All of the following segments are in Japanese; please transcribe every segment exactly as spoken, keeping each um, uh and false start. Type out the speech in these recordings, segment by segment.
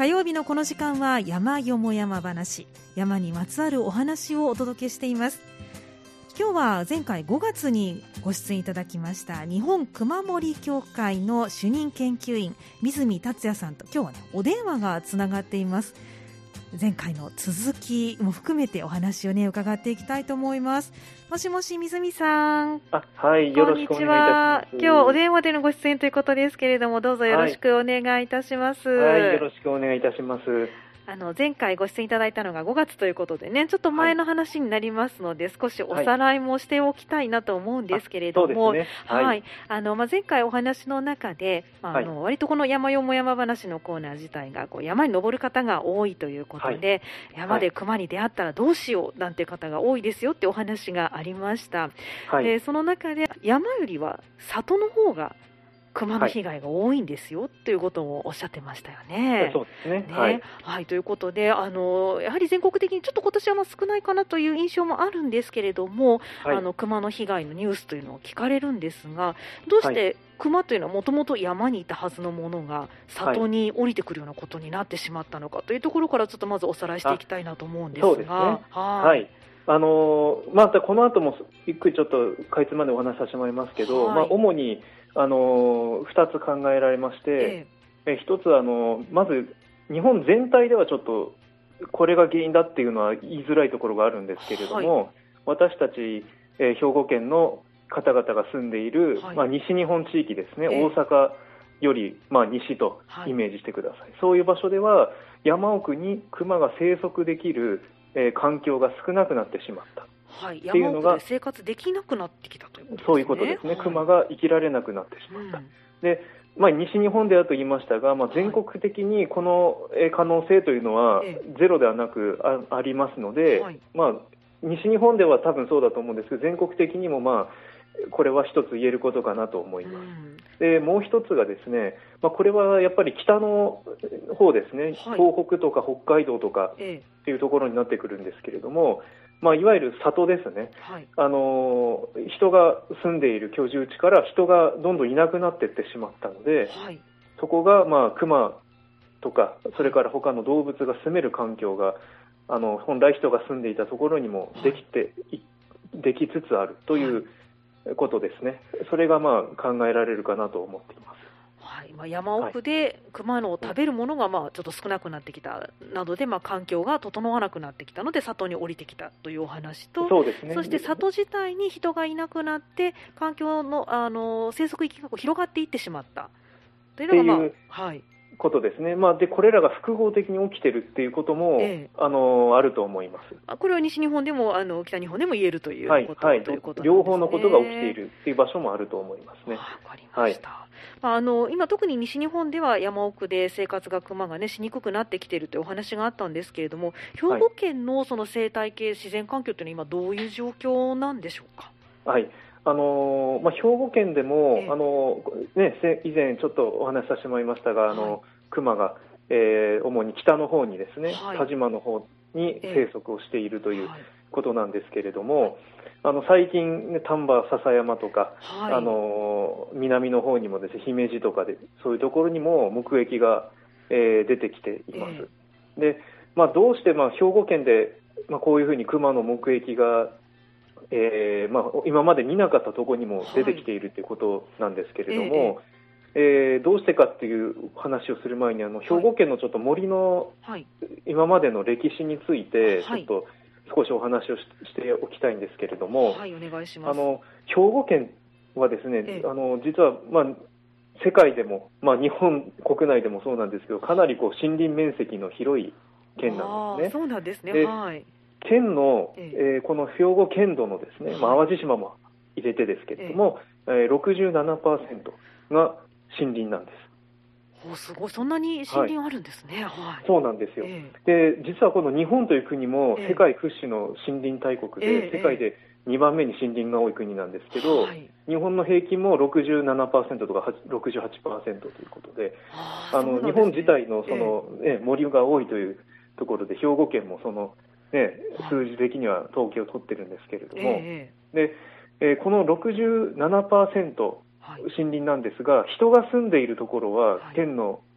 火曜日のこの時間は山よも山話、山にまつわるお話をお届けしています。今日は前回ごがつにご出演いただきました日本熊森協会の主任研究員水見達也さんと今日は、ね、お電話がつながっています。前回の続きも含めてお話をね伺っていきたいと思います。もしもし水見さん。 あ、はい、よろしくお願いいたします。 今日はお電話でのご出演ということですけれども、どうぞよろしくお願いいたします。 はい、はい、よろしくお願いいたします。 あの前回ご出演いただいたのがごがつということでね、ちょっと前の話になりますので、はい、少しおさらいもしておきたいなと思うんですけれども、 はい、ね、はいはい、 あのまあ、前回お話の中で、まあ、あの割とこの山よも山話のコーナー自体がこう山に登る方が多いということで、はい、山で熊に出会ったらどうしようなんていう方が多いですよってお話がありました。はい、でその中で山よりは里の方が熊の被害が多いんですよ、はい、ということをおっしゃってましたよね。 そうですね。 ね、 はいはい、ということで、あのやはり全国的にちょっと今年はまあ少ないかなという印象もあるんですけれども、はい、あの熊の被害のニュースというのを聞かれるんですが、どうして熊というのはもともと山にいたはずのものが里に降りてくるようなことになってしまったのかというところからちょっとまずおさらいしていきたいなと思うんですが。 そうですね。はい。あのまたこの後もゆっくりちょっとかいつまでお話しさせてもらいますけど、はい、まあ、主にあのふたつ考えられまして、ええ、ひとつはあのまず日本全体ではちょっとこれが原因だっていうのは言いづらいところがあるんですけれども、はい、私たち、えー、兵庫県の方々が住んでいる、はい、まあ、西日本地域ですね、ええ、大阪より、まあ、西とイメージしてください、はい、そういう場所では山奥に熊が生息できる、えー、環境が少なくなってしまった。 はい、っていうのが山奥で生活できなくなってきたということですね。 そういうことですね、はい、熊が生きられなくなってしまった、 うん、 で、まあ、西日本ではと言いましたが、まあ、全国的にこの可能性というのはゼロではなく あ, ありますので、はい、まあ、西日本では多分そうだと思うんですけど、全国的にもまあこれは一つ言えることかなと思います、うん、でもう一つがですね、まあ、これはやっぱり北の方ですね、はい、東北とか北海道とかっていうところになってくるんですけれども、まあ、いわゆる里ですね、はい、あの人が住んでいる居住地から人がどんどんいなくなっていってしまったので、はい、そこがまあ熊とかそれから他の動物が住める環境があの本来人が住んでいたところにもできて、はい、できつつあるということですね。それがまあ考えられるかなと思っています。 はい、まあ、山奥で熊の食べるものがまあちょっと少なくなってきたなどで、まあ環境が整わなくなってきたので里に降りてきたというお話と、 そうですね、 そして里自体に人がいなくなって環境の、あの生息域が広がっていってしまったというのが、まあ、はい、 ことですね。まあ、でこれらが複合的に起きているっていうことも、ええ、あのあると思います。 これは西日本でもあの北日本でも言えるということ、はいはい、ということなんですね。 両方のことが起きているっていう場所もあると思いますね。 わかりました。はい、まあ、あの今特に西日本では山奥で生活が熊が、ね、しにくくなってきているというお話があったんですけれども、兵庫県のその生態系、はい、自然環境というのは今どういう状況なんでしょうか。 はい、あのまあ、兵庫県でも、ええ、あのね、以前ちょっとお話しさせてもらいましたが、あの、はい、熊が、えー、主に北の方にですね、はい、田島の方に生息をしているということなんですけれども、ええ、はい、あの最近、ね、丹波篠山とか、はい、あの南の方にもですね、姫路とかでそういうところにも目撃が、えー、出てきています、え、で、まあ、どうして、まあ、兵庫県で、まあ、こういうふうに熊の目撃が、えーまあ、今まで見なかったところにも出てきているということなんですけれども、はい、えーえー、どうしてかっていう話をする前にあの兵庫県のちょっと森の今までの歴史についてちょっと少しお話を し, しておきたいんですけれども、 はい、お願いします。 あの兵庫県はですね、ええ、あの実は、まあ、世界でも、まあ、日本国内でもそうなんですけど、かなりこう森林面積の広い県なんですね。 あ、そうなんですね。 で、 はい、 県の、えええー、この兵庫県土のですね、まあ、淡路島も入れてですけれども、えええー、ろくじゅうななパーセント が森林なんです。 お、すごい、そんなに森林あるんですね。はい、 そうなんですよ、ええ、で実はこの日本という国も世界屈指の森林大国で、ええ、世界でにばんめに森林が多い国なんですけど、はい、日本の平均も ろくじゅうななパーセント とか ろくじゅうはちパーセント ということで、ああの、ね、日本自体のその、ええ、森が多いというところで兵庫県もその、ね、数字的には統計を取ってるんですけれども、ええでえー、この ろくじゅうななパーセント 森林なんですが、人が住んでいるところは県の、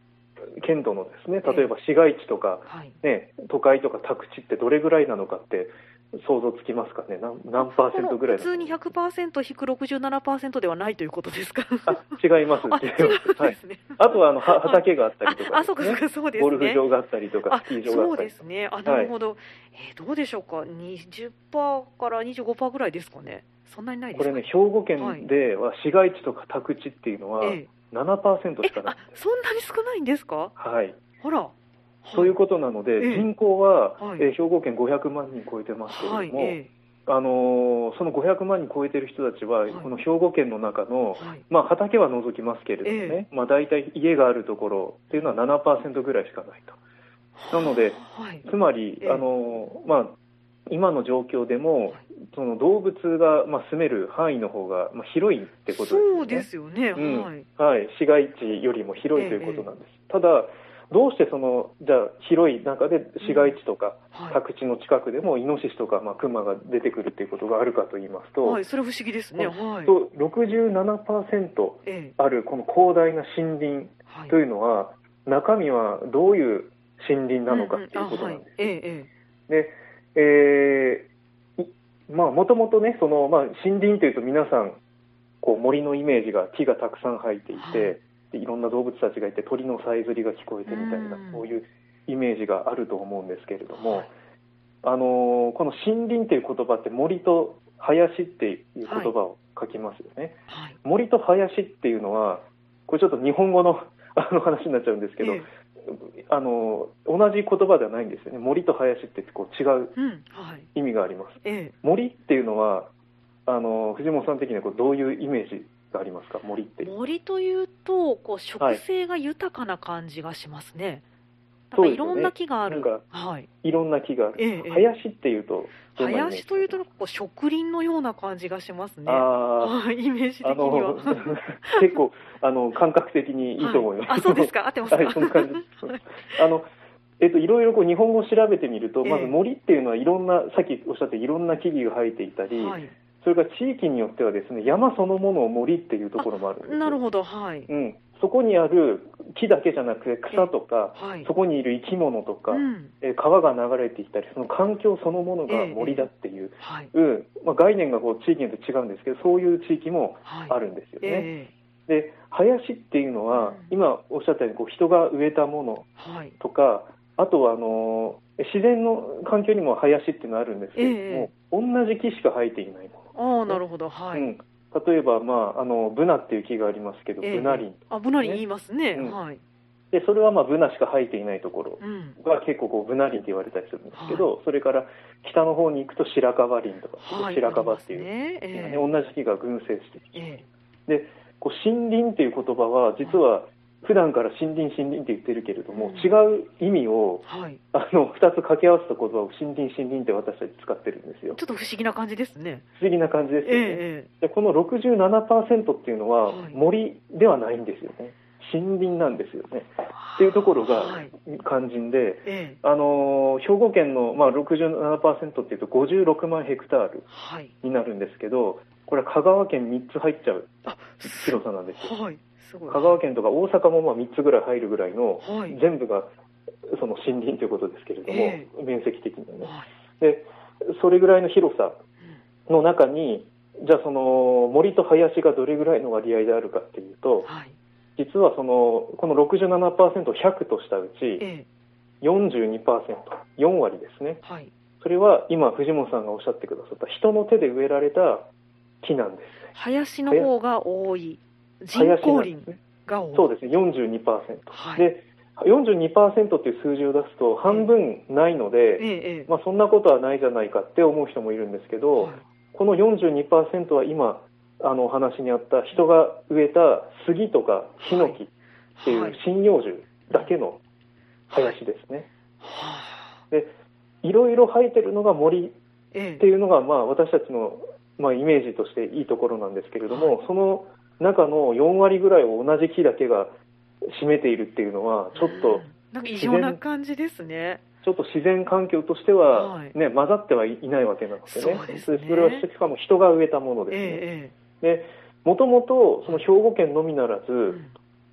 県土のですね、例えば市街地とか、ね、都会とか宅地ってどれぐらいなのかって想像つきますかね。 何, 何パーセントぐらいなのか。 普通に ひゃくパーセント引く ろくじゅうななパーセント ではないということですか。 あ、違います。 あ、違うんですね。 はい、あとはあの畑があったりとか、ね、 あ、そうかそうか、そうですね。 ゴルフ場があったりとか、スキー場があったりとか。 そうですね。あ、なるほど。はい、えー、どうでしょうか。にじゅっパーセント から にじゅうごパーセント ぐらいですかね。そんなにないですか。 これね、兵庫県では市街地とか宅地っていうのは ななパーセント しかない。 あ、そんなに少ないんですか。 はい。 ほら。 そういうことなので、ええ、人口は、 はい、 えー、兵庫県ごひゃくまんにん超えてますけれども、はいええ、あのー、そのごひゃくまんにん超えてる人たちは、はい、この兵庫県の中の、はい、まあ、畑は除きますけれどもね、ええ、まあ、大体家があるところっていうのは ななパーセント ぐらいしかないと。なので、はい、つまり、ええ、あのー、まあ、今の状況でも、はい、その動物が、まあ、住める範囲の方が、まあ、広いってことですよね。 そうですよね、 うんはい、 はい、市街地よりも広いということなんです。ええ、ただどうしてそのじゃあ広い中で市街地とか宅地の近くでもイノシシとかまあクマが出てくるということがあるかと言いますと、 はい、それは不思議ですね。はい、 と ろくじゅうななパーセント あるこの広大な森林というのは、中身はどういう森林なのかということなんです。で、えー、まあもともとね、そのまあ森林というと皆さんこう森のイメージが木がたくさん生えていて。はい、いろんな動物たちがいて鳥のさえずりが聞こえてみたいな、そういうイメージがあると思うんですけれども、はい、あのー、この森林という言葉って森と林っていう言葉を書きますよね。はい、森と林っていうのはこれちょっと日本語のあの話になっちゃうんですけど、ええ、あのー、同じ言葉ではないんですよね。森と林ってこう違う意味があります。うんはい、森っていうのはあのー、藤本さん的にはこうどういうイメージありますか。森って森というとこう植生が豊かな感じがしますね。はい、なんかいろんな木がある。 はい、いろんな木がある。ええ、林っていうと林というとこう植林のような感じがしますね。あイメージ的には結構あの感覚的にいいと思います。 はい、あそうですか。合ってますか。 はい、そんな感じです。はい、あのえっといろいろこう日本語を調べてみると、ええ、まず森っていうのはいろんなさっきおっしゃっていろんな木々が生えていたり。はいそれから地域によってはですね山そのものを森っていうところもあるんですよ。 なるほど、はいうん、そこにある木だけじゃなくて草とか、はい、そこにいる生き物とか、うん、え川が流れていたりその環境そのものが森だっていう、えーはいうんまあ、概念がこう地域によって違うんですけどそういう地域もあるんですよね。はいえー、で林っていうのは、うん、今おっしゃったようにこう人が植えたものとか、はい、あとはあの自然の環境にも林っていうのはあるんですけれども、えー、同じ木しか生えていないもの。 ああなるほどはい、うん、 例えば、まあ、あのブナっていう木がありますけど、えー、ブナ林、ね、 あブナ林言いますね、うんはい、 でそれはまあブナしか生えていないところが結構こうブナ林って言われたりするんですけど、はい、それから北の方に行くと白樺林とか、はい、白樺っていう、ねえー、同じ木が群生してきて、えー、でこう森林っていう言葉は実は普段から森林森林って言ってるけれども、うん、違う意味を、はい、あのふたつ掛け合わせた言葉を森林森林って私たち使ってるんですよ。 ちょっと不思議な感じですね。 不思議な感じですよね。えー、でこの ろくじゅうななパーセント っていうのは森ではないんですよね。森林なんですよね。っていうところが肝心で、はいえー、あの兵庫県の、まあ、ろくじゅうななパーセント っていうとごじゅうろくまんヘクタールになるんですけど、これは香川県みっつ入っちゃう広さなんですよ。はい香川県とか大阪もまあみっつぐらい入るぐらいの、はい、全部がその森林ということですけれども、えー、面積的にはね、はい、でそれぐらいの広さの中に、うん、じゃあその森と林がどれぐらいの割合であるかっていうと、はい、実はそのこの ろくじゅうななパーセント をひゃくとしたうち、えー、よんじゅうにパーセント よんわりですね、はい、それは今藤本さんがおっしゃってくださった人の手で植えられた木なんです。 林の方が多い人工林が多い、 そうですね よんじゅうにパーセント、はい、で よんじゅうにパーセント っていう数字を出すと半分ないので、ええまあ、そんなことはないじゃないかって思う人もいるんですけど、はい、この よんじゅうにパーセント は今あのお話にあった人が植えた杉とかヒノキっていう針葉樹だけの林ですね、はいはい、でいろいろ生えてるのが森っていうのが、まあ、私たちの、まあ、イメージとしていいところなんですけれども、はい、その中のよんわりぐらいを同じ木だけが占めているっていうのはちょっと、うん、 なんか異常な感じですね。 ちょっと自然環境としては、ねはい、混ざってはいないわけなのでね。 そうですね。 それはしかも人が植えたものですね。ええ、でもともとその兵庫県のみならず、うん、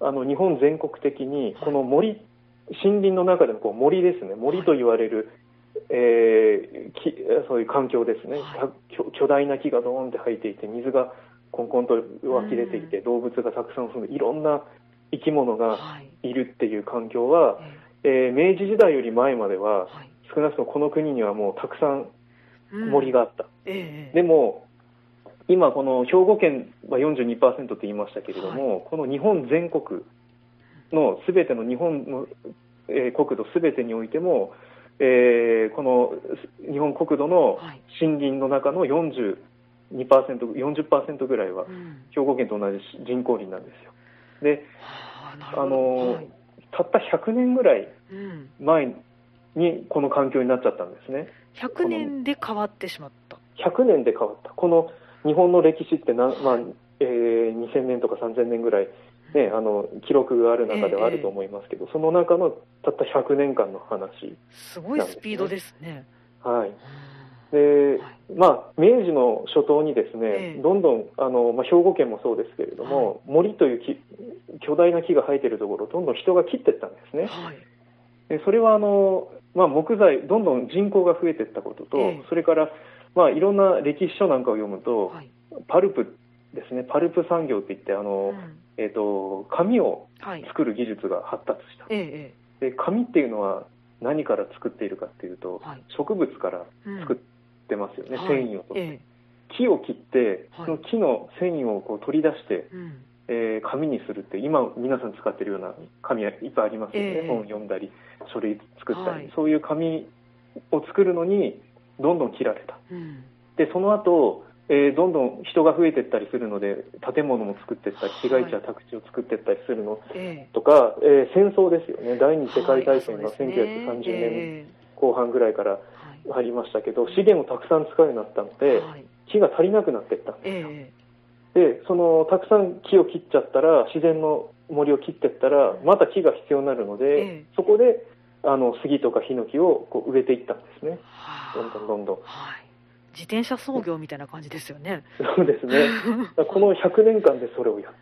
あの日本全国的にこの森、森林の中でのこう森ですね、森と言われる、えー、きそういう環境ですね、はい、巨大な木がドーンって生えていて、水がコンコンと湧き出ていて、動物がたくさん住んでいろんな生き物がいるっていう環境は、はい、えー、明治時代より前までは、はい、少なくともこの国にはもうたくさん森があった、うん、えー、でも今この兵庫県は よんじゅうにパーセント と言いましたけれども、はい、この日本全国のすべての日本の、えー、国土すべてにおいても、えー、この日本国土の森林の中の よんじゅうにパーセント、よんじゅっパーセント ぐらいは兵庫県と同じ人工林なんですよ。で、あの、はい、たったひゃくねんぐらい前にこの環境になっちゃったんですね。 ひゃくねんで変わってしまった。 ひゃくねんで変わった。この日本の歴史ってな、まあえー、にせんねんとかさんぜんねんぐらい、ね、あの記録がある中ではあると思いますけど、えー、その中のたったひゃくねんかんの話なんですね。 すごいスピードですね。 はい。で、まあ、明治の初頭にですね、えー、どんどんあの、まあ、兵庫県もそうですけれども、はい、森という木巨大な木が生えているところをどんどん人が切っていったんですね。はい、でそれはあの、まあ、木材どんどん人口が増えていったことと、えー、それから、まあ、いろんな歴史書なんかを読むと、はい、パルプですね、パルプ産業っていってあの、うん、えーと、紙を作る技術が発達した、はい、で紙っていうのは何から作っているかっていうと、はい、植物から作ってますよね、うん、繊維を取って、はい、木を切って、はい、その木の繊維をこう取り出して、うん、えー、紙にするって今皆さん使ってるような紙はいっぱいありますよね、えー、本を読んだり書類作ったり、はい、そういう紙を作るのにどんどん切られた、うん、でその後、えー、どんどん人が増えていったりするので建物も作っていったり市街地や宅地を作っていったりするのとか、はい、えー、戦争ですよね。第二次世界大戦がせんきゅうひゃくさんじゅうねんこう半ぐらいからありましたけど、はい、資源をたくさん使うようになったので、はい、木が足りなくなっていったんですよ、えー、でそのたくさん木を切っちゃったら自然の森を切っていったらまた木が必要になるので、えー、そこであの杉とかヒノキをこう植えていったんですね、どんどんどんどん、はい、 自転車操業みたいな感じですよね。 そうですね。このひゃくねんかんでそれをやった。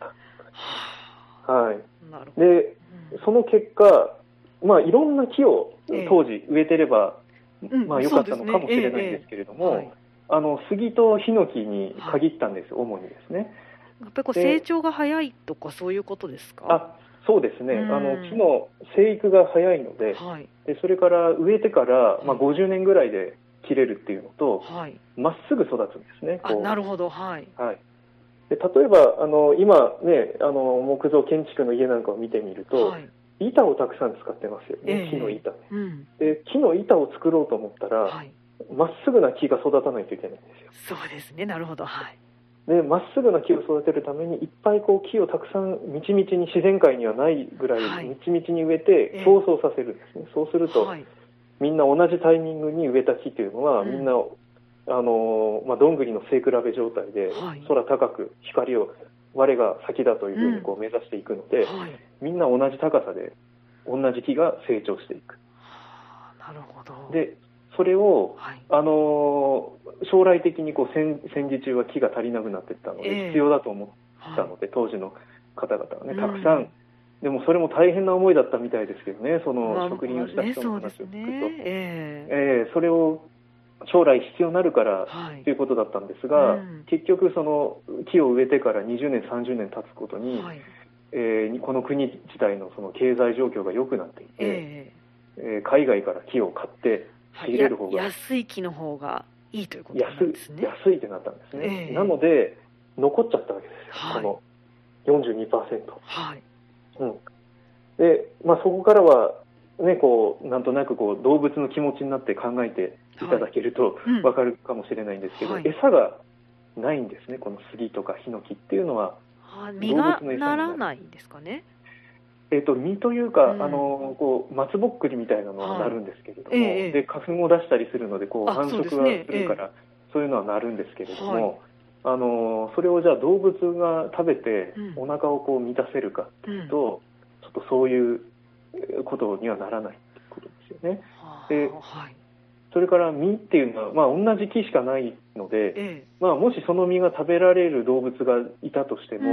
はい。なるほど。で、うん、その結果、まあいろんな木を当時植えてれば、ええ、まあ良かったのかもしれないんですけれども、うんえええはい、あの杉とヒノキに限ったんです、はい、主にですね。 やっぱりこう成長が早いとかそういうことですか？ あ、そうですね。あの木の生育が早いので、はい、でそれから植えてから、まあ、ごじゅうねんぐらいで切れるっていうのと、はい、まっすぐ育つんですね。 あ、なるほど、はい。 はい、で例えばあの今ね、あの木造建築の家なんかを見てみると、はい、板をたくさん使ってますよね、えー、木の板、ね、うん、で木の板を作ろうと思ったら、はい、まっすぐな木が育たないといけないんですよ。 そうですね、なるほど、はい。 でまっすぐな木を育てるためにいっぱいこう木をたくさんみちみちに自然界にはないぐらいみちみちに植えて競争させるんですね、えー、そうすると、はい、みんな同じタイミングに植えた木というのは、うん、みんなあの、まあ、どんぐりの背比べ状態で、はい、空高く光を我が先だというふうにこう目指していくので、うんはい、みんな同じ高さで同じ木が成長していく。 はあ、なるほど。 でそれを、はい、あの将来的にこう 戦, 戦時中は木が足りなくなっていったので、えー、必要だと思ったので、はい、当時の方々はねたくさん、うん、でもそれも大変な思いだったみたいですけどね、その植林をした人の話を聞くと、まあねねえーえー、それを将来必要になるから、はい、ということだったんですが、うん、結局その木を植えてからにじゅうねんさんじゅうねん経つことに、はい、えー、この国自体のその経済状況が良くなっていて、えーえー、海外から木を買って仕入れる方が、 はい、安い木の方がいいということなんですね。 安い、安いってなったんですね、えー、なので残っちゃったわけですよ、はい、この よんじゅうにパーセント、はいうん、で、まあ、そこからはね、こうなんとなくこう動物の気持ちになって考えていただけると分かるかもしれないんですけど、はいうん、餌がないんですね、この杉とかヒノキっていうのは。 実がならないんですかね。 えー、と実というか、うん、あのこう松ぼっくりみたいなのはなるんですけれども、はいえー、で花粉を出したりするのでこう繁殖がするから そ, う、ねえー、そういうのはなるんですけれども、はい、あのそれをじゃあ動物が食べてお腹をこう満たせるかっていうと、うん、ちょっとそういうことにはならないってことですよね。で、はい、それから実っていうのは、まあ、同じ木しかないので、ええまあ、もしその実が食べられる動物がいたとしても、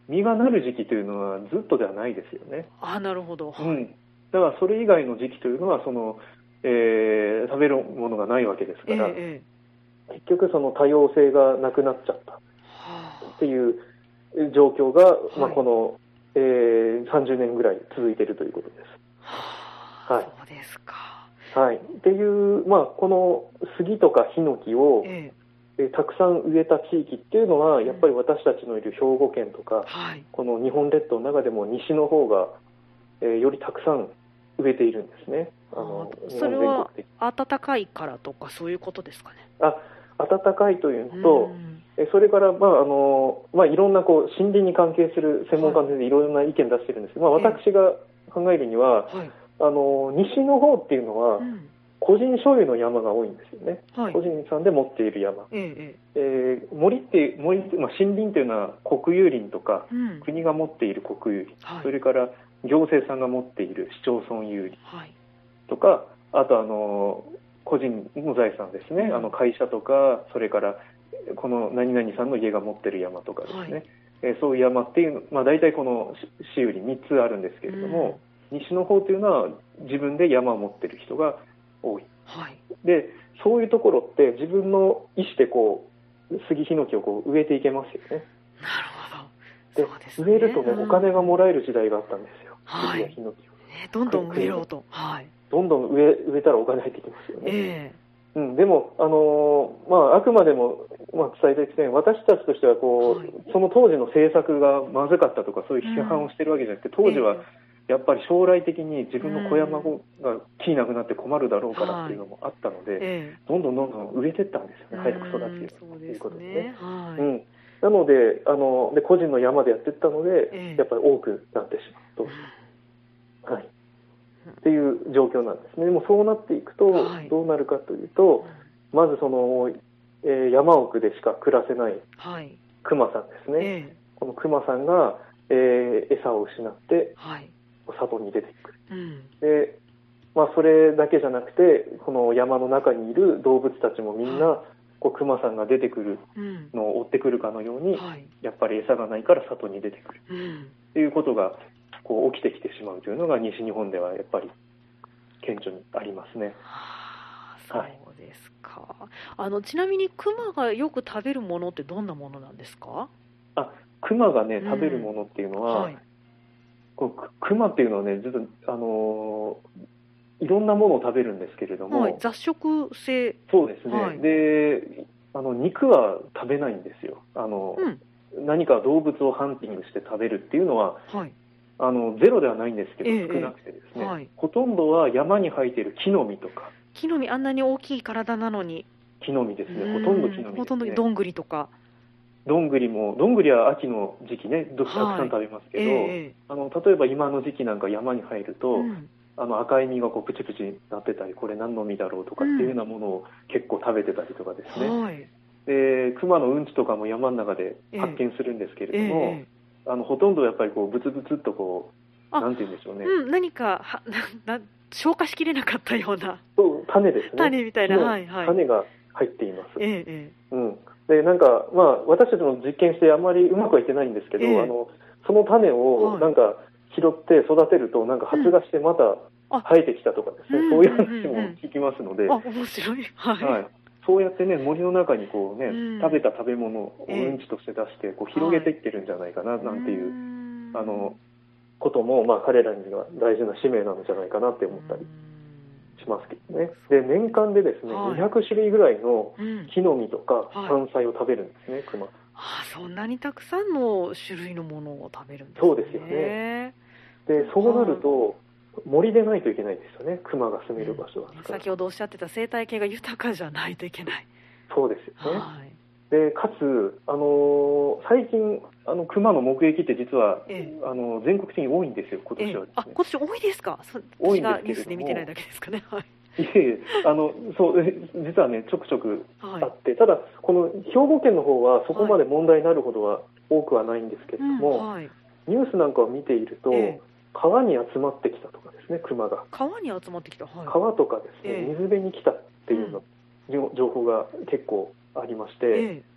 実がなる時期というのはずっとではないですよね。 あ、なるほど、はい、 うん、だからそれ以外の時期というのはその、えー、食べるものがないわけですから、えー、結局その多様性がなくなっちゃったっていう状況が、はい、まあ、この、えー、さんじゅうねんぐらい続いているということです。 はあ、はい、そうですか。 はい、っていう、まあ、この杉とかヒノキを、えー、えー、たくさん植えた地域っていうのは、やっぱり私たちのいる兵庫県とか、はい、この日本列島の中でも西の方が、えー、よりたくさん植えているんですね。あのそれは暖かいからとかそういうことですかね。 あ、暖かいというのと、えそれから、まああのまあ、いろんなこう森林に関係する専門家でいろんな意見出してるんですけど、はい、まあ、私が考えるには、はい、あの西の方っていうのは、うん、個人所有の山が多いんですよね、はい、個人さんで持っている山、えええー、森って森って、まあ、森林というのは国有林とか、うん、国が持っている国有林、はい、それから行政さんが持っている市町村有林とか、はい、あとあの個人の財産ですね、うん、あの会社とか、それからこの何々さんの家が持っている山とかですね、はい、えー、そういう山っていう、まあ、大体この市有林みっつあるんですけれども、うん、西の方というのは自分で山を持っている人が多い、はい、でそういうところって自分の意思でこう杉ヒノキをこう植えていけますよね。 なるほど。 でそうですね、 植えるとね、お金がもらえる時代があったんですよ、 はい、 杉やヒノキを、 ね、どんどん植えようと、はい、 どんどん植え、植えたらお金入ってきますよね、 えーうん、でも、あのーまあ、あくまでも、まあ、伝えていくと、私たちとしてはこう、はい、その当時の政策がまずかったとかそういう批判をしているわけじゃなくて、うん、当時はやっぱり将来的に自分の小山が木なくなって困るだろうからっていうのもあったので、はい、どんどんどんどん植えていったんですよね、早く育つようにということですね。はい、うん、なので、あので個人の山でやっていったので、えー、やっぱり多くなってしまうと、はい、っていう状況なんですね。でもそうなっていくとどうなるかというと、はい、まずその、えー、山奥でしか暮らせないクマさんですね、はい、えー、このクマさんが、えー、餌を失って、はい、里に出てくる、うん、で、まあ、それだけじゃなくてこの山の中にいる動物たちもみんな、はい、こうクマさんが出てくるのを追ってくるかのように、うん、やっぱり餌がないから里に出てくる、うん、っていうことがこう起きてきてしまうというのが西日本ではやっぱり顕著にありますね。 はあ、そうですか。はい、あのちなみにクマがよく食べるものってどんなものなんですか？ あ、クマがね食べるものっていうのは、うん、はい、こうクマっていうのはねずっと、あのー、いろんなものを食べるんですけれども、はい、 雑食性。 そうですね、はい、であの肉は食べないんですよ。あの、うん、何か動物をハンティングして食べるっていうのは、はい、あのゼロではないんですけど、えー、少なくてですね、はい、ほとんどは山に生えている木の実とか。 木の実、あんなに大きい体なのに木の実ですね、ほとんど木の実ですね。 ほとんどどんぐりとか。 どんぐりも、どんぐりは秋の時期ね、たくさん食べますけど、はい、えー、あの例えば今の時期なんか山に入ると、うん、あの赤い実がこうプチプチになってたり、これ何の実だろうとかっていうようなものを結構食べてたりとかですね、うん、はい、でクマのうんちとかも山の中で発見するんですけれども、えーえー、あのほとんどやっぱりこうブツブツっとこう、なんて言うんでしょうね、うん、 何かはなな消化しきれなかったような、 そう種ですね、 種みたいな、はいはい、 種が入っています、 えーえー、 うん、でなんか、まあ、私たちも実験してあまりうまくはいってないんですけど、えー、あのその種をなんか拾って育てるとなんか発芽してまた生えてきたとかですね、うん、そういう話も聞きますので、 うんうんうん、あ、面白い、はいはい、 そうやってね森の中にこう、ね、うん、食べた食べ物をうんちとして出してこう広げていってるんじゃないかな、なんていう、はい、あのことも、まあ、彼らには大事な使命なんじゃないかなって思ったりしますけどね。で年間でですね、はい、にひゃくしゅるいぐらいの木の実とか山菜を食べるんですね、はい、クマ。 あ、そんなにたくさんの種類のものを食べるんですね。 そうですよね。でそうなると森でないといけないですよね、クマが住める場所は、うん、 先ほどおっしゃってた生態系が豊かじゃないといけない。 そうですよね、はい、でかつ、あのー、最近あのクマの目撃って実は、ええ、あの全国的に多いんですよ、今年はですね、 ええ、あ、今年多いですか。 多いんですけれども、私がニュースで見てないだけですかね、はい、 いえいえ、あのそう実はねちょくちょくあって、はい、ただこの兵庫県の方はそこまで問題になるほどは多くはないんですけれども、はい、うん、はい、ニュースなんかを見ていると、ええ、川に集まってきたとかですね、クマが川に集まってきた、はい、 川とかですね、ええ、水辺に来たっていうの、うん、情報が結構ありまして、え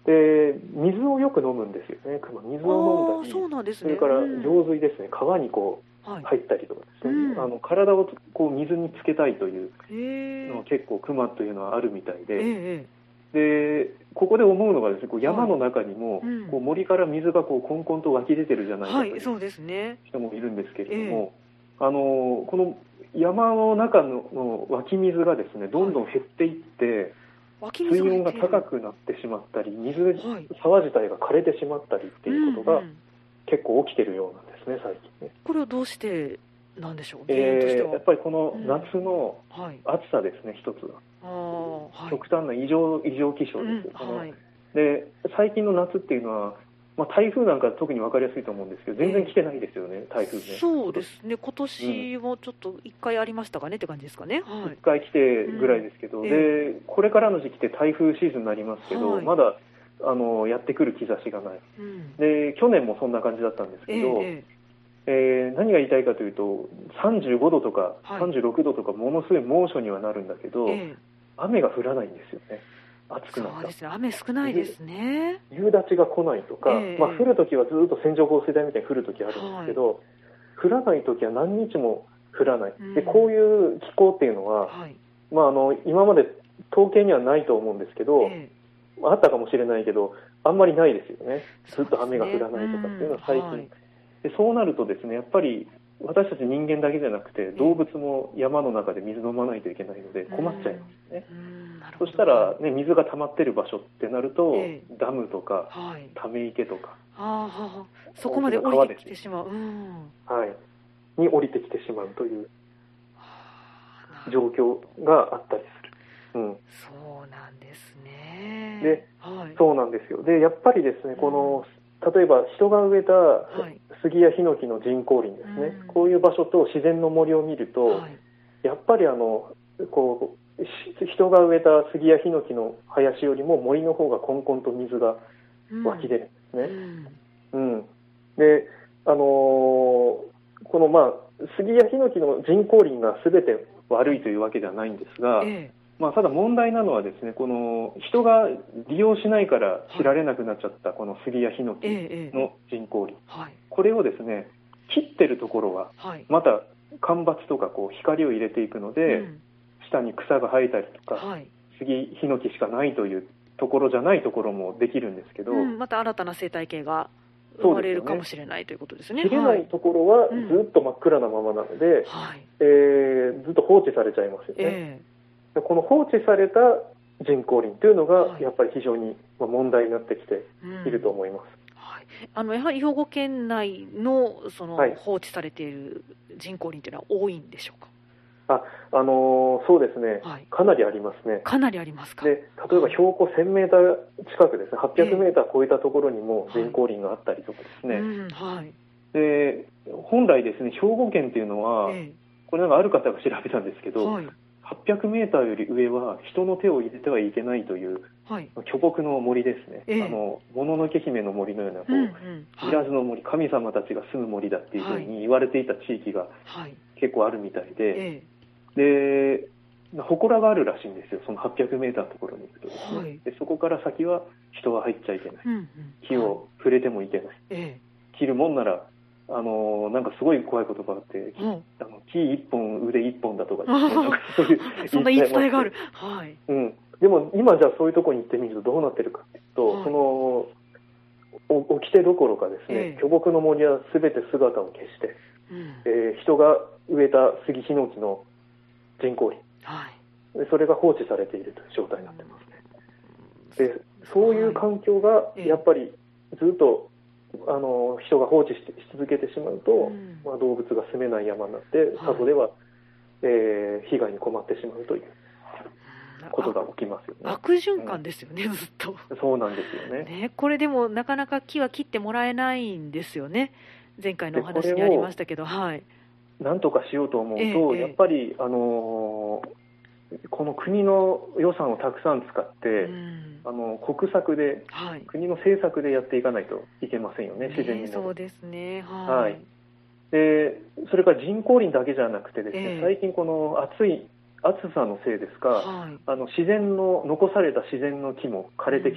で水をよく飲むんですよね、クマ。水を飲んだり、 そうなんですね、 それから行水ですね、川にこう入ったりとかですね、うん、あの体をこう水につけたいというのは結構クマというのはあるみたいで、えー、でここで思うのがですね、こう山の中にも、はい、うん、こう森から水がこうコンコンと湧き出てるじゃないかという人もいるんですけれども、はい、あのこの山の中 の, の湧き水がですねどんどん減っていって、はい、水温が高くなってしまったり、水、はい、沢自体が枯れてしまったりっていうことが結構起きてるようなんですね、最近ね。 これはどうしてなんでしょう、 えー、やっぱりこの夏の暑さですね、うん、一つは、はい、極端な異常、異常気象です、うん、はい、で最近の夏っていうのは、まあ、台風なんか特に分かりやすいと思うんですけど、全然来てないですよね、えー、台風ね。 そうですね、今年もちょっといっかいありましたかねって感じですかね。 はい、いっかい来てぐらいですけど、うん、で、えー、これからの時期って台風シーズンになりますけど、はい、まだあのやってくる兆しがない、うん、で去年もそんな感じだったんですけど、えーえー、何が言いたいかというと、さんじゅうごどとかさんじゅうろくどとかものすごい猛暑にはなるんだけど、えー、雨が降らないんですよね。暑くなった。 そうですね、雨少ないですね。 夕立が来ないとか、えーまあ、降るときはずっと線状降水帯みたいに降るときあるんですけど、はい、降らないときは何日も降らない、うん、でこういう気候っていうのは、はい、まあ、あの今まで統計にはないと思うんですけど、えー、あったかもしれないけどあんまりないですよね。ずっと雨が降らないとかっていうのは最近、うん、はい、でそうなるとですね、やっぱり私たち人間だけじゃなくて動物も山の中で水飲まないといけないので困っちゃいますね。うん、そしたら、ね、水が溜まってる場所ってなると、えー、ダムとか、はい、ため池とか、 あそこまで降りてきてしまう、うん、 はい、に降りてきてしまうという状況があったりする、うん、 そうなんですね。 で、はい、そうなんですよ。でやっぱりですね、この、うん、例えば人が植えた杉やヒノキの人工林ですね、うん、こういう場所と自然の森を見ると、はい、やっぱりあのこう人が植えた杉やヒノキの林よりも森の方がコンコンと水が湧き出るんですね、うんうん、で、あのー、このまあ杉やヒノキの人工林が全て悪いというわけではないんですが、ええ、まあ、ただ問題なのはですね、この人が利用しないから知られなくなっちゃったこの杉やヒノキの人工林、はい、これをですね切ってるところはまた間伐とかこう光を入れていくので、うん、下に草が生えたりとか、はい、杉ヒノキしかないというところじゃないところもできるんですけど、うん、 また新たな生態系が生まれるかもしれないということですね。 切れないところはずっと真っ暗なままなので、はい、えー、ずっと放置されちゃいますよね、えー、この放置された人工林というのがやっぱり非常に問題になってきていると思います、うん、 はい、あのやはり兵庫県内 の, その放置されている人工林というのは多いんでしょうか。 あ、あのー、そうですね、はい、かなりありますね。 かなりありますか。 で、例えば標高せんメーター近くですね、はっぴゃくメーター超えたところにも人工林があったりとかですね、はい、うん、はい、で本来ですね、兵庫県っていうのは、ええ、これなんかある方が調べたんですけど、はい、はっぴゃくメーターより上は人の手を入れてはいけないという、はい、巨木の森ですね、ええ、あのもののけ姫の森のようなこう、うんうん、はい、いらずの森、神様たちが住む森だっていうふうに言われていた地域が結構あるみたいで、はい、ええ、で祠があるらしいんですよ、そのはっぴゃくメーターのところに行くとですね、はい、でそこから先は人は入っちゃいけない、うんうん、木を触れてもいけない、はい、切るもんならあのなんかすごい怖い言葉があって、うん、あの木一本腕一本だとかですね、なんかそういうそんな言い伝えがある、はい、 うん、でも今じゃあそういうところに行ってみるとどうなってるかというと、はい、その掟どころかですね、ええ、巨木の森は全て姿を消して、うん、えー、人が植えた杉ヒノキの人工林、はい、でそれが放置されているという状態になってますね。でそういう環境がやっぱりずっとあの人が放置 し, し続けてしまうと、うん、まあ、動物が住めない山になって里では、はい、えー、被害に困ってしまうということが起きますよね。 悪循環ですよね、うん、ずっと。 そうなんですよ ね, ね。これでもなかなか木は切ってもらえないんですよね。前回のお話にありましたけど、はい、 なんとかしようと思うと、えー、やっぱり、あのー、この国の予算をたくさん使って、うん、あの国策で、はい、国の政策でやっていかないといけませんよね、自然にも、ね、 そうですね、はい、 はい、でそれから人工林だけじゃなくてですね、えー、最近この暑い暑さのせいですか、はい、あの自然の残された自然の木も枯れてきて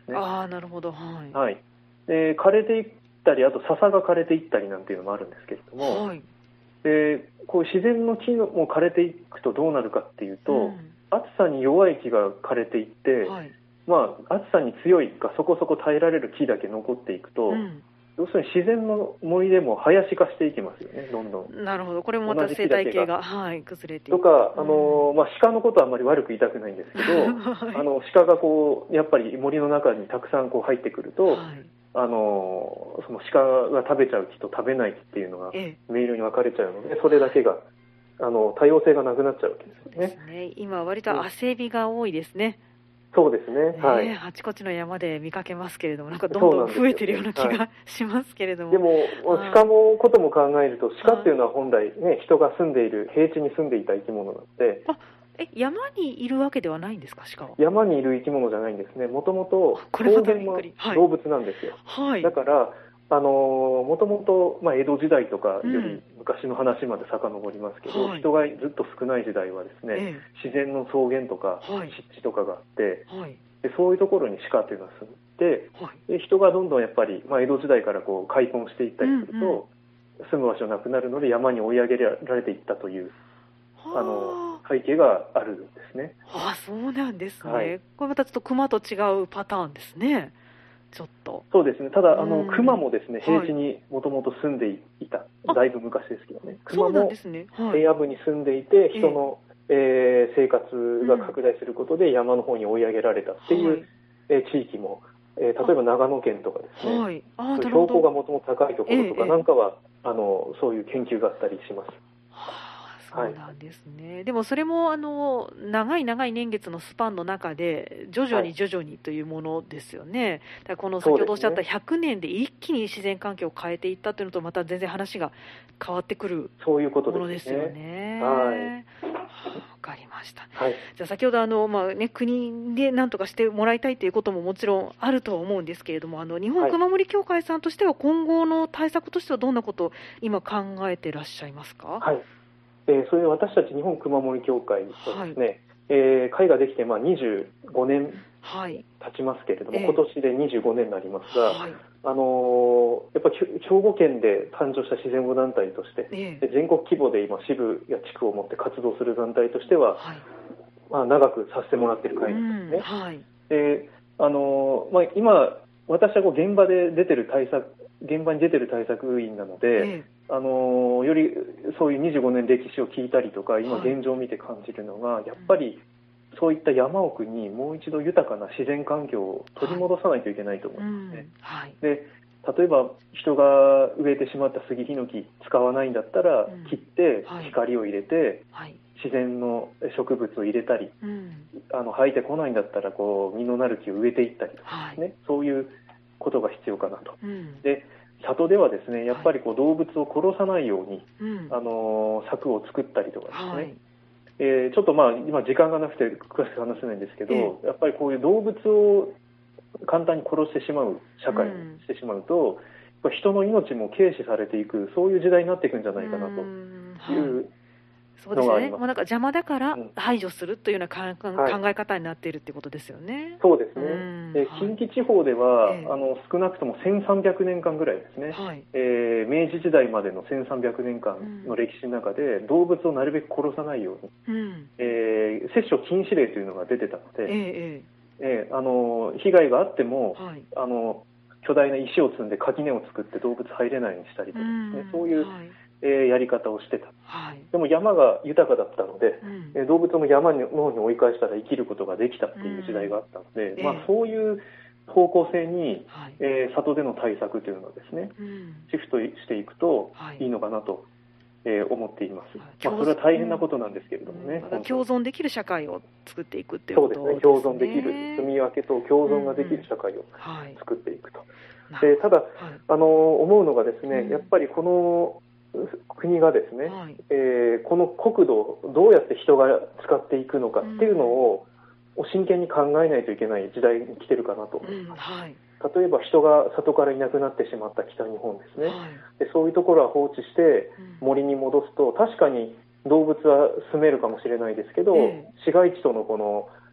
ですね。 ああ、なるほど。はい。 はい。で、枯れていったり、あと笹が枯れていったりなんていうのもあるんですけれども、 はい。 でこう自然の木も枯れていくとどうなるかっていうと、 うん、 暑さに弱い木が枯れていって、はい、まあ、暑さに強いかそこそこ耐えられる木だけ残っていくと、うん、要するに自然の森でも林化していきますよね、どんどん。 なるほど、これもまた生態系が、はい、崩れていくとか、あの、まあ、鹿のことはあんまり悪く言いたくないんですけど、はい、あの鹿がこうやっぱり森の中にたくさんこう入ってくると、はい、あのその鹿が食べちゃう木と食べない木っていうのが明瞭に分かれちゃうので、それだけがあの多様性がなくなっちゃうわけですよね。 ですね。今割と汗エビが多いですね。 そうですね、はい、 あちこちの山で見かけますけれども、なんかどんどん増えてるような気がしますけれども、 でも鹿のことも考えると、鹿っていうのは本来、ね、人が住んでいる平地に住んでいた生き物なので、 あえ山にいるわけではないんですか、鹿は。 山にいる生き物じゃないんですね。もともと草原の動物なんですよ、はい、だからあのもともと江戸時代とかより昔の話まで遡りますけど、うん、人がずっと少ない時代はですね、ええ、自然の草原とか湿地とかがあって、はい、でそういうところに鹿というのは住んで、はい、で人がどんどんやっぱり、まあ、江戸時代からこう開墾していったりすると、うんうん、住む場所なくなるので山に追い上げられていったというあの背景があるんですね。 ああ、そうなんですね、はい、これまたちょっと熊と違うパターンですね。ちょっとそうですね。ただあの熊もですね、平地にもともと住んでいた、はい、だいぶ昔ですけどね、熊も平野部に住んでいて、人の、えー、生活が拡大することで山の方に追い上げられたっていう、はい、えー、地域も、えー、例えば長野県とかですね、はい、あ標高がもともと高いところとかなんかは、えー、あのそういう研究があったりします。 そうなんですね、はい、でもそれもあの長い長い年月のスパンの中で徐々に徐々にというものですよね、はい、だからこの先ほどおっしゃったひゃくねんで一気に自然環境を変えていったというのとまた全然話が変わってくるものですよね。はい、わかりました、はい、じゃあ先ほどあの、まあね、国で何とかしてもらいたいということももちろんあるとは思うんですけれども、あの日本熊森協会さんとしては今後の対策としてはどんなことを今考えていらっしゃいますか。 はい、えー、それで私たち日本熊森協会はですね、はい、えー、会ができてまあにじゅうごねん経ちますけれども、はい、今年でにじゅうごねんになりますが、はい、あのー、やっぱり兵庫県で誕生した自然保護団体として、えー、全国規模で今支部や地区を持って活動する団体としては、はい、まあ、長くさせてもらっている会なんですね。うん、はい、であのーまあ、今私はこう現場で出てる対策現場に出てる対策員なので、えー、あのよりそういうにじゅうごねん歴史を聞いたりとか今現状を見て感じるのが、はい、やっぱりそういった山奥にもう一度豊かな自然環境を取り戻さないといけないと思うんですね。はい、うん、はい、で例えば人が植えてしまった杉ヒノキ使わないんだったら、うん、切って光を入れて、はい、自然の植物を入れたり、うん、あの生えてこないんだったらこう実のなる木を植えていったりとかですね、はい、そういうことが必要かなと、うん、で里ではですねやっぱりこう動物を殺さないように、はい、あの策を作ったりとかですね、はい、えー、ちょっとまあ今時間がなくて詳しく話せないんですけど、えー、やっぱりこういう動物を簡単に殺してしまう社会にしてしまうと、うん、人の命も軽視されていくそういう時代になっていくんじゃないかなという、はい、 そうですね、もうなんか邪魔だから排除するというような考え方になっているということですよね。 そうですね、うん、で近畿地方では、はい、あの少なくともせんさんびゃくねんかんぐらいですね、はい、えー、明治時代までのせんさんびゃくねんかんの歴史の中で、うん、動物をなるべく殺さないように、うん、えー、殺生禁止令というのが出てたので、えーえー、あの被害があっても、はい、あの巨大な石を積んで垣根を作って動物入れないようにしたりとかですね、うん、そういう、はい、えー、やり方をしてた、はい、でも山が豊かだったので、うん、動物も山の方に追い返したら生きることができたっていう時代があったので、うん、まあ、そういう方向性に、はい、えー、里での対策というのがですね、うん、シフトしていくといいのかなと、えー、思っています、はい、まあ、それは大変なことなんですけれどもね、 うん、共存できる社会を作っていくっていうことですね。 そうですね、共存できる、住み分けと共存ができる社会を作っていくと、うんうん、はい、でただ、はい、あの思うのがですね、うん、やっぱりこの国がですね、はい、えー、この国土をどうやって人が使っていくのかっていうのを真剣に考えないといけない時代に来てるかなと思います、うん、はい、例えば人が里からいなくなってしまった北日本ですね、はい、でそういうところは放置して森に戻すと確かに動物は住めるかもしれないですけど、えー、市街地とのこの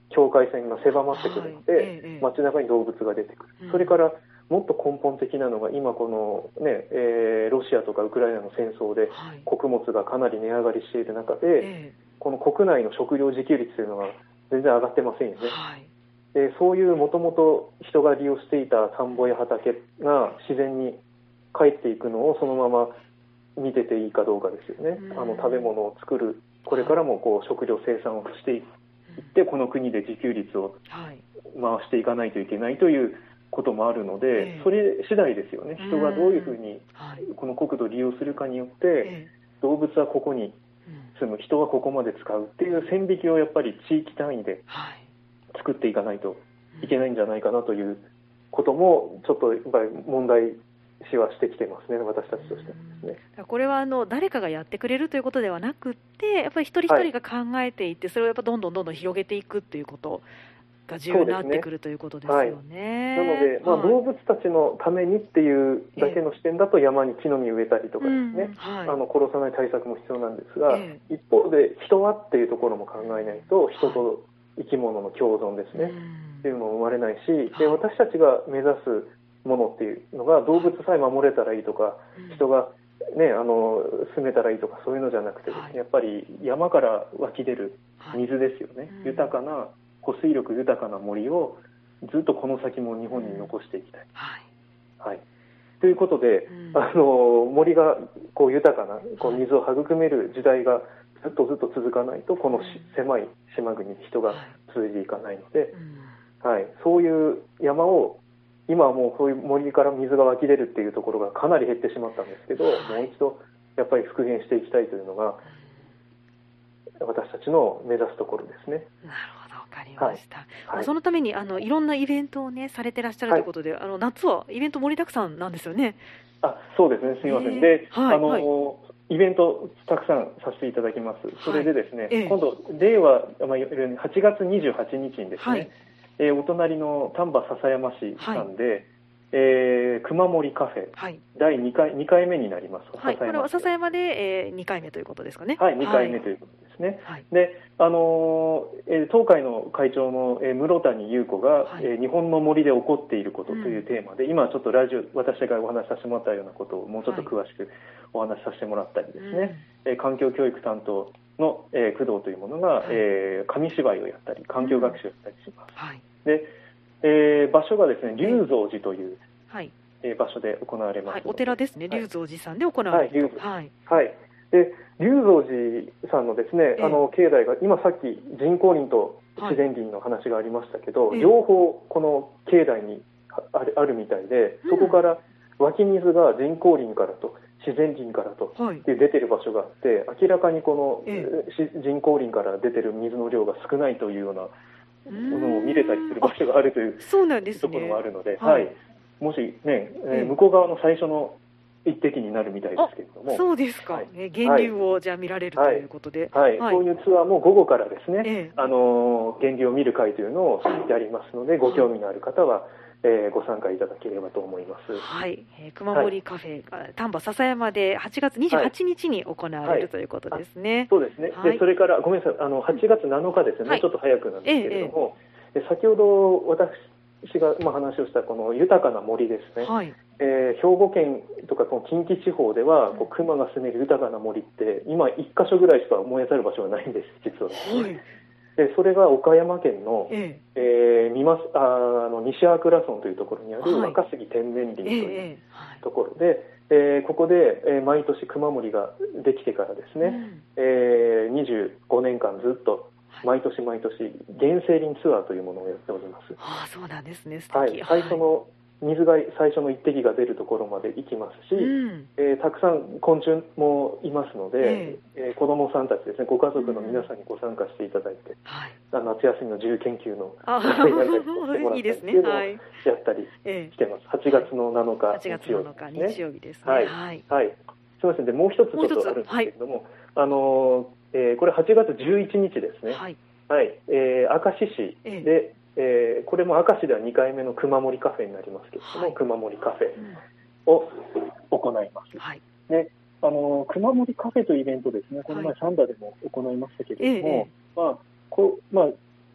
境界線が狭まってくるので、 はいええ、 街中に動物が出てくる、 うん、 それからもっと根本的なのが今この、ねえー、ロシアとかウクライナの戦争で穀物がかなり値上がりしている中で、はい、この国内の食料自給率というのが全然上がってませんよね、はい、でそういうもともと人が利用していた田んぼや畑が自然に帰っていくのをそのまま見てていいかどうかですよね。あの食べ物を作る、これからもこう食料生産をしていってこの国で自給率を回していかないといけないということもあるので、それ次第ですよね。人がどういうふうにこの国土を利用するかによって動物はここに住む、人はここまで使うっていう線引きをやっぱり地域単位で作っていかないといけないんじゃないかなということもちょっとやっぱり問題視はしてきてますね、私たちとしてですね。 これはあの誰かがやってくれるということではなくて、やっぱり一人一人が考えていって、はい、それをやっぱどんどんどんどん広げていくということが重要になってくるということですよね。 はい、なので、まあ、動物たちのためにっていうだけの視点だと山に木の実植えたりとかですね、うんはい、あの殺さない対策も必要なんですが、えー、一方で人はっていうところも考えないと人と生き物の共存ですね、はい、っていうのも生まれないし、で私たちが目指すものっていうのが動物さえ守れたらいいとか、うん、人が、ね、あの住めたらいいとかそういうのじゃなくてですね、はい、やっぱり山から湧き出る水ですよね、はい、豊かな保水力豊かな森をずっとこの先も日本に残していきたい、うんはいはい、ということで、うん、あの森がこう豊かなこう水を育める時代がずっとずっと続かないとこの狭い島国に人が続いていかないので、はいはい、そういう山を今はもうそういう森から水が湧き出るっていうところがかなり減ってしまったんですけど、はい、もう一度やっぱり復元していきたいというのが私たちの目指すところですね。 なるほど、わかりました、はいはい、そのためにあのいろんなイベントを、ね、されてらっしゃるということで、はい、あの夏はイベント盛りだくさんなんですよね。 あ、そうですね、すみません、えー、で、はい、あの、はい、イベントたくさんさせていただきます。それでですね、はいえー、今度令和、まあ、はちがつにじゅうはちにちにですね、はいえー、お隣の丹波篠山市さんで、はいえー、熊森カフェ、はい、だいにかい、にかいめになります。 はい、これは篠山で、えー、にかいめということですかね。 はい、にかいめということですね。はい、で、あのーえー、東海の会長の、えー、室谷優子が、はいえー、日本の森で起こっていることというテーマで、うん、今ちょっとラジオ、私がお話しさせてもらったようなことをもうちょっと詳しくお話しさせてもらったりですね、はいえー、環境教育担当の、えー、工藤というものが、はいえー、紙芝居をやったり環境学習をやったりします。うんはいでえー、場所がですね龍蔵寺という、はいえー、場所で行われます、はい、 お寺ですね、龍蔵寺さんで行われると、 はいはいはい、で龍蔵寺さんのですね、えー、あの境内が今さっき人工林と自然林の話がありましたけど、はい、両方この境内にある、あるみたいで、そこから湧き水が人工林からと自然林からとって出てる場所があって、はい、明らかにこの、えー、人工林から出てる水の量が少ないというようなものを見れたりする場所があるというそうなんです、ね、 ところもあるので、はいはい、もしね、えー、向こう側の最初の一滴になるみたいですけれども、 そうですか、はい、え源流をじゃあ見られる、はい、ということで、 はいはい、そういうツアーも午後からですね、えー、あの源流を見る会というのをやりますので、ご興味のある方は、えー、ご参加いただければと思います。 はい、えー、熊森カフェ、はい、丹波篠山ではちがつにじゅうはちにちに行われるということですね。はい、 そうですね、はい、でそれからごめんなさい、あのはちがつなのかですね、はい、ちょっと早くなんですけれども、えーえー、先ほど私がまあ話をしたこの豊かな森ですね、はいえー、兵庫県とかこの近畿地方ではこう熊が住める豊かな森って今いっかしょぐらいしか思い当たる場所がないんです、実は。はいでそれが岡山県の、えええー、みますああの西粟倉村というところにある若杉天然林というところで、えーえー、ここで、えー、毎年熊森ができてからですね、うんえー、にじゅうごねんかんずっと毎年毎年原生林ツアーというものをやっております。 ああ、そうなんですね、素敵。 はい、最初の水が最初の一滴が出るところまで行きますし、うんえー、たくさん昆虫もいますので、えーえー、子どもさんたちですね、ご家族の皆さんにご参加していただいて、うん、夏休みの自由研究のいいですね、はい、 やったりしてます。はちがつのなのか、 日曜日ですね。はちがつなのか日曜日ですね。 はい、はいはい、すみません。でもう一つちょっとあるんですけれども、はい、あのえー、これはちがつじゅういちにちですね。はい、はいえー、明石市で、えーえー、これも明石ではにかいめの熊森カフェになりますけれども、はい、熊森カフェを行います。はい、であの熊森カフェというイベントですね、この前サンダでも行いましたけれども、はいまあこまあ、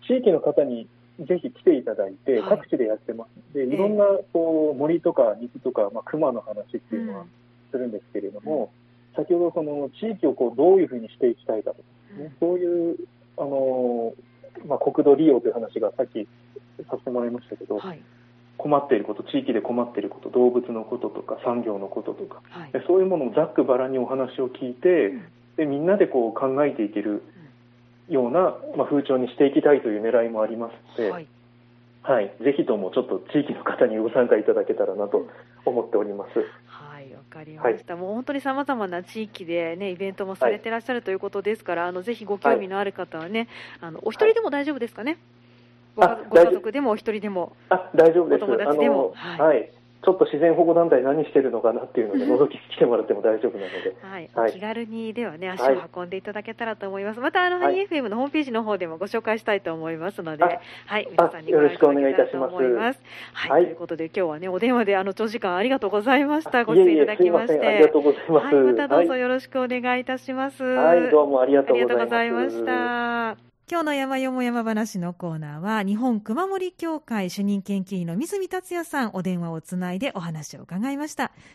地域の方にぜひ来ていただいて、はい、各地でやってますので、いろんなこう森とか水とか、まあ、熊の話っていうのはするんですけれども、うん、先ほどその地域をこうどういうふうにしていきたいかとかですね、うん、そういうあの、まあ、国土利用という話がさっきさせてもらいましたけど、はい、困っていること、地域で困っていること、動物のこととか産業のこととか、はい、そういうものをざっくばらんにお話を聞いて、うん、でみんなでこう考えていけるような、まあ、風潮にしていきたいという狙いもありますので、はいはい、ぜひともちょっと地域の方にご参加いただけたらなと思っております。 はい、わかりました。はい、もう本当にさまざまな地域で、ね、イベントもされてらっしゃるということですから、はい、あのぜひご興味のある方はね、はい、あのお一人でも大丈夫ですかね。はい、ご, ご家族でもお一人でも、 あ、大丈夫です。 お友達でも、 はいはい、ちょっと自然保護団体何してるのかなっていうので覗き来てもらっても大丈夫なので、 はいはい、気軽にではね足を運んでいただけたらと思います。またあの、はい、ハニー エフエム のホームページの方でもご紹介したいと思いますので、はい、皆さんにご覧いただけたらと思います。はい、はい、ということで今日はねお電話であの長時間ありがとうございました。ご出演いただきまして、いえいえ、すいません、ありがとうございます。はい、またどうぞよろしくお願いいたします。 はい、どうもありがとうございました。今日の山よも山話のコーナーは日本熊森協会主任研究員の水見達也さんお電話をつないでお話を伺いました。